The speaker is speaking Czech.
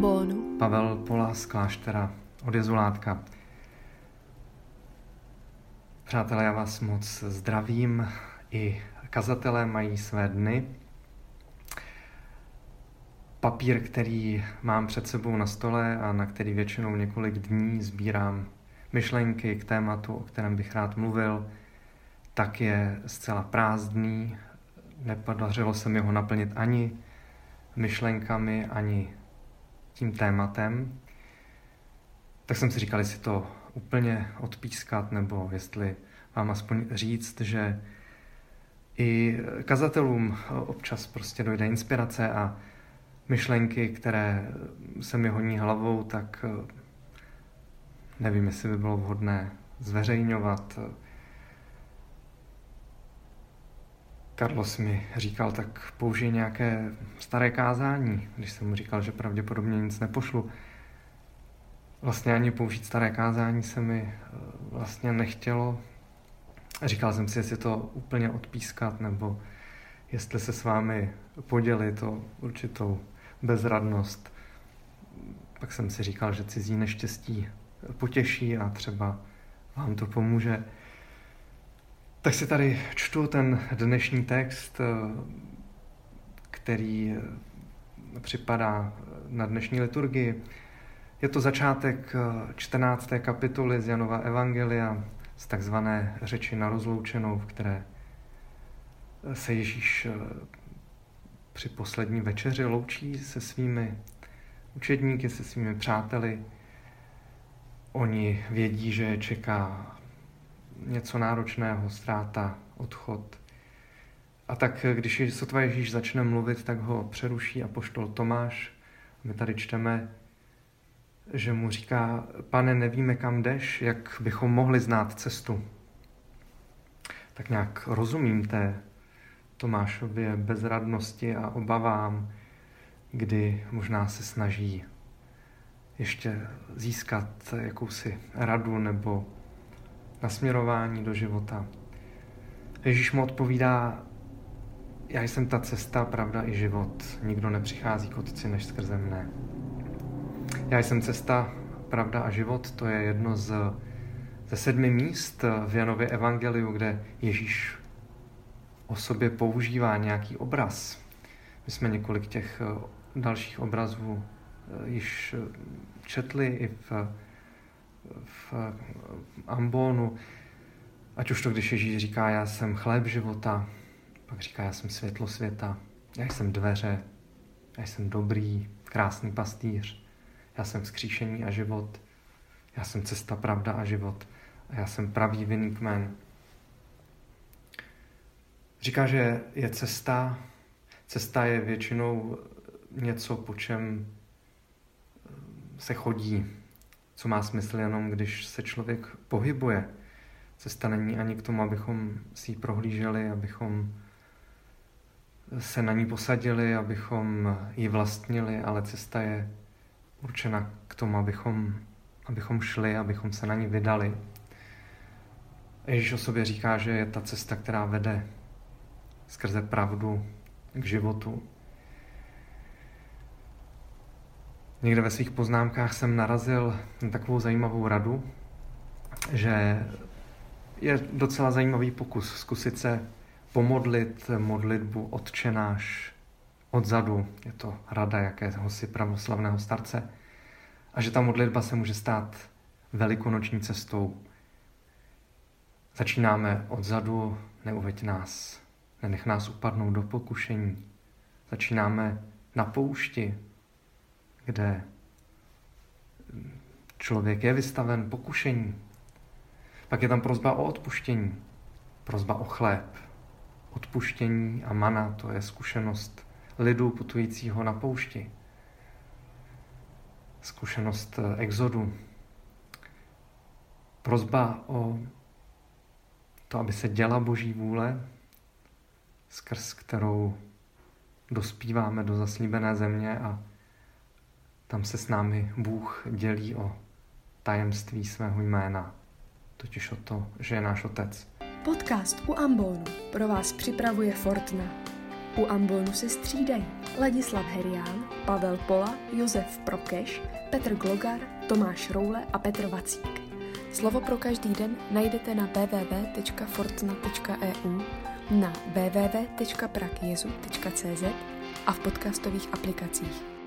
ambonu. Pavel Pola z kláštera od Jezulátka. Přátelé, já vás moc zdravím. I kazatelé mají své dny. Papír, který mám před sebou na stole a na který většinou několik dní sbírám myšlenky k tématu, o kterém bych rád mluvil, tak je zcela prázdný. Nepodařilo se mi ho naplnit ani myšlenkami, ani tím tématem. Tak jsem si říkal, jestli to úplně odpískat, nebo jestli vám aspoň říct, že i kazatelům občas prostě dojde inspirace a myšlenky, které se mi honí hlavou, tak nevím, jestli by bylo vhodné zveřejňovat. Carlos mi říkal, tak použij nějaké staré kázání, když jsem mu říkal, že pravděpodobně nic nepošlu. Vlastně ani použít staré kázání se mi vlastně nechtělo. Říkal jsem si, jestli to úplně odpískat, nebo jestli se s vámi podělit o určitou bezradnost. Pak jsem si říkal, že cizí neštěstí potěší a třeba vám to pomůže. Tak si tady čtu ten dnešní text, který připadá na dnešní liturgii. Je to začátek 14. kapitoly z Janova evangelia, z takzvané řeči na rozloučenou, v které se Ježíš při poslední večeři loučí se svými učedníky, se svými přáteli. Oni vědí, že je čeká něco náročného, ztráta, odchod. A tak, když sotva Ježíš začne mluvit, tak ho přeruší apoštol Tomáš. My tady čteme, že mu říká: Pane, nevíme, kam jdeš, jak bychom mohli znát cestu. Tak nějak rozumím té Tomášově bezradnosti a obavám, kdy možná se snaží ještě získat jakousi radu nebo nasměrování do života. Ježíš mu odpovídá: já jsem ta cesta, pravda i život. Nikdo nepřichází k Otci než skrze mne. Já jsem cesta, pravda a život, to je jedno ze 7 míst v Janově evangeliu, kde Ježíš o sobě používá nějaký obraz. My jsme několik těch dalších obrazů již četli i v ambonu. Ať už to, když Ježíš říká: já jsem chléb života, pak říká: já jsem světlo světa, já jsem dveře, já jsem dobrý, krásný pastýř, já jsem vzkříšení a život, já jsem cesta, pravda a život a já jsem pravý vinný kmen. Říká, že je cesta. Cesta je většinou něco, po čem se chodí, co má smysl jenom, když se člověk pohybuje. Cesta není ani k tomu, abychom si ji prohlíželi, abychom se na ní posadili, abychom ji vlastnili, ale cesta je určena k tomu, abychom šli, abychom se na ní vydali. Ježíš o sobě říká, že je ta cesta, která vede skrze pravdu k životu. Někde ve svých poznámkách jsem narazil na takovou zajímavou radu, že je docela zajímavý pokus zkusit se pomodlit modlitbu Otče náš odzadu. Je to rada jakéhosi pravoslavného starce. A že ta modlitba se může stát velikonoční cestou. Začínáme odzadu: neuveď nás, nenech nás upadnout do pokušení. Začínáme na poušti, kde člověk je vystaven pokušení. Pak je tam prosba o odpuštění, prosba o chléb. Odpuštění a mana, to je zkušenost lidu putujícího na poušti. Zkušenost exodu. Prosba o to, aby se děla Boží vůle, skrz kterou dospíváme do zaslíbené země a tam se s námi Bůh dělí o tajemství svého jména, totiž o to, že je náš Otec. Podcast u ambonu pro vás připravuje Fortna. U ambonu se střídají Ladislav Herián, Pavel Pola, Josef Prokeš, Petr Glogar, Tomáš Roule a Petr Vacík. Slovo pro každý den najdete na www.fortuna.eu, na www.pragjezu.cz a v podcastových aplikacích.